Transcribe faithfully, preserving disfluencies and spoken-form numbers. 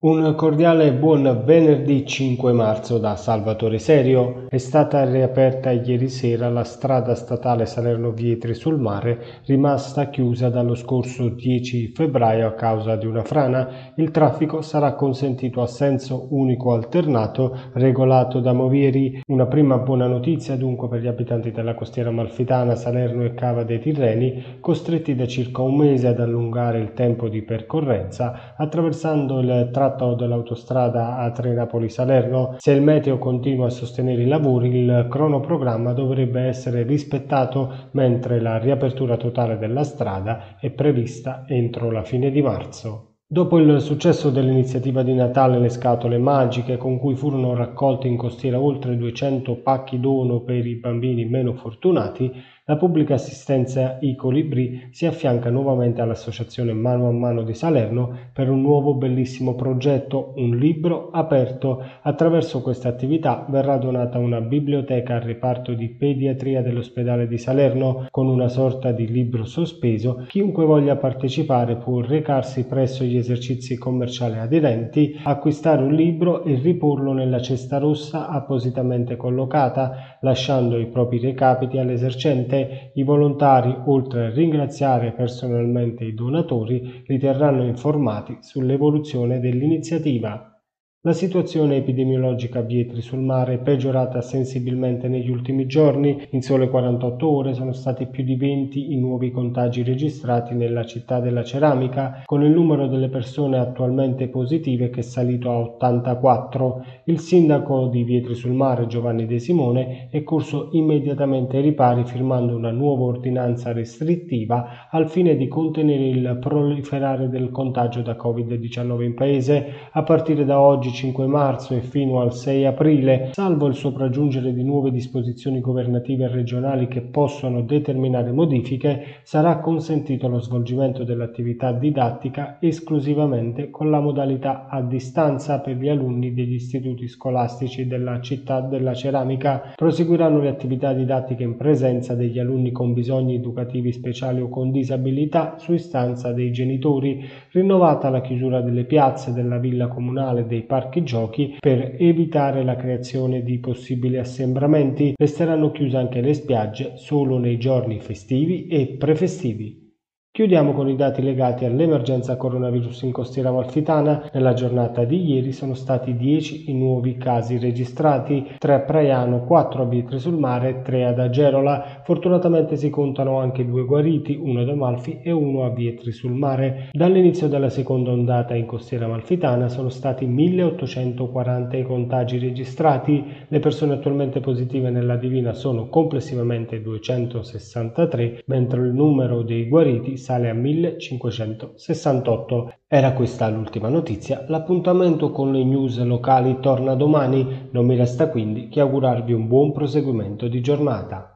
Un cordiale buon venerdì cinque marzo da Salvatore Serio. È stata riaperta ieri sera la strada statale Salerno-Vietri sul Mare, rimasta chiusa dallo scorso dieci febbraio a causa di una frana. Il traffico sarà consentito a senso unico alternato, regolato da Movieri. Una prima buona notizia dunque per gli abitanti della costiera amalfitana, Salerno e Cava dei Tirreni, costretti da circa un mese ad allungare il tempo di percorrenza attraversando il tratto dell'autostrada A tre Napoli-Salerno. Se il meteo continua a sostenere i lavori, il cronoprogramma dovrebbe essere rispettato, mentre la riapertura totale della strada è prevista entro la fine di marzo. Dopo il successo dell'iniziativa di Natale Le Scatole Magiche, con cui furono raccolti in costiera oltre duecento pacchi dono per i bambini meno fortunati, la pubblica assistenza I Colibrì si affianca nuovamente all'associazione Mano a Mano di Salerno per un nuovo bellissimo progetto, un libro aperto. Attraverso questa attività verrà donata una biblioteca al reparto di pediatria dell'ospedale di Salerno con una sorta di libro sospeso. Chiunque voglia partecipare può recarsi presso gli esercizi commerciali aderenti, acquistare un libro e riporlo nella cesta rossa appositamente collocata, lasciando i propri recapiti all'esercente. I volontari, oltre a ringraziare personalmente i donatori, li terranno informati sull'evoluzione dell'iniziativa. La situazione epidemiologica a Vietri sul Mare è peggiorata sensibilmente negli ultimi giorni. In sole quarantotto ore sono stati più di venti i nuovi contagi registrati nella città della ceramica, con il numero delle persone attualmente positive che è salito a ottantaquattro. Il sindaco di Vietri sul Mare, Giovanni De Simone, è corso immediatamente ai ripari firmando una nuova ordinanza restrittiva al fine di contenere il proliferare del contagio da covid diciannove in paese. A partire da oggi cinque marzo e fino al sei aprile, salvo il sopraggiungere di nuove disposizioni governative e regionali che possono determinare modifiche, sarà consentito lo svolgimento dell'attività didattica esclusivamente con la modalità a distanza per gli alunni degli istituti scolastici della città della ceramica. Proseguiranno le attività didattiche in presenza degli alunni con bisogni educativi speciali o con disabilità su istanza dei genitori. Rinnovata la chiusura delle piazze, della villa comunale e dei parchi giochi per evitare la creazione di possibili assembramenti. Resteranno chiuse anche le spiagge solo nei giorni festivi e prefestivi. Chiudiamo con i dati legati all'emergenza coronavirus in costiera amalfitana. Nella giornata di ieri sono stati dieci i nuovi casi registrati, tre a Praiano, quattro a Vietri sul Mare e tre ad Agerola. Fortunatamente si contano anche due guariti, uno ad Amalfi e uno a Vietri sul Mare. Dall'inizio della seconda ondata in costiera amalfitana sono stati milleottocentoquaranta i contagi registrati. Le persone attualmente positive nella Divina sono complessivamente duecentosessantatré, mentre il numero dei guariti sale a millecinquecentosessantotto. Era questa l'ultima notizia. L'appuntamento con le news locali torna domani. Non mi resta quindi che augurarvi un buon proseguimento di giornata.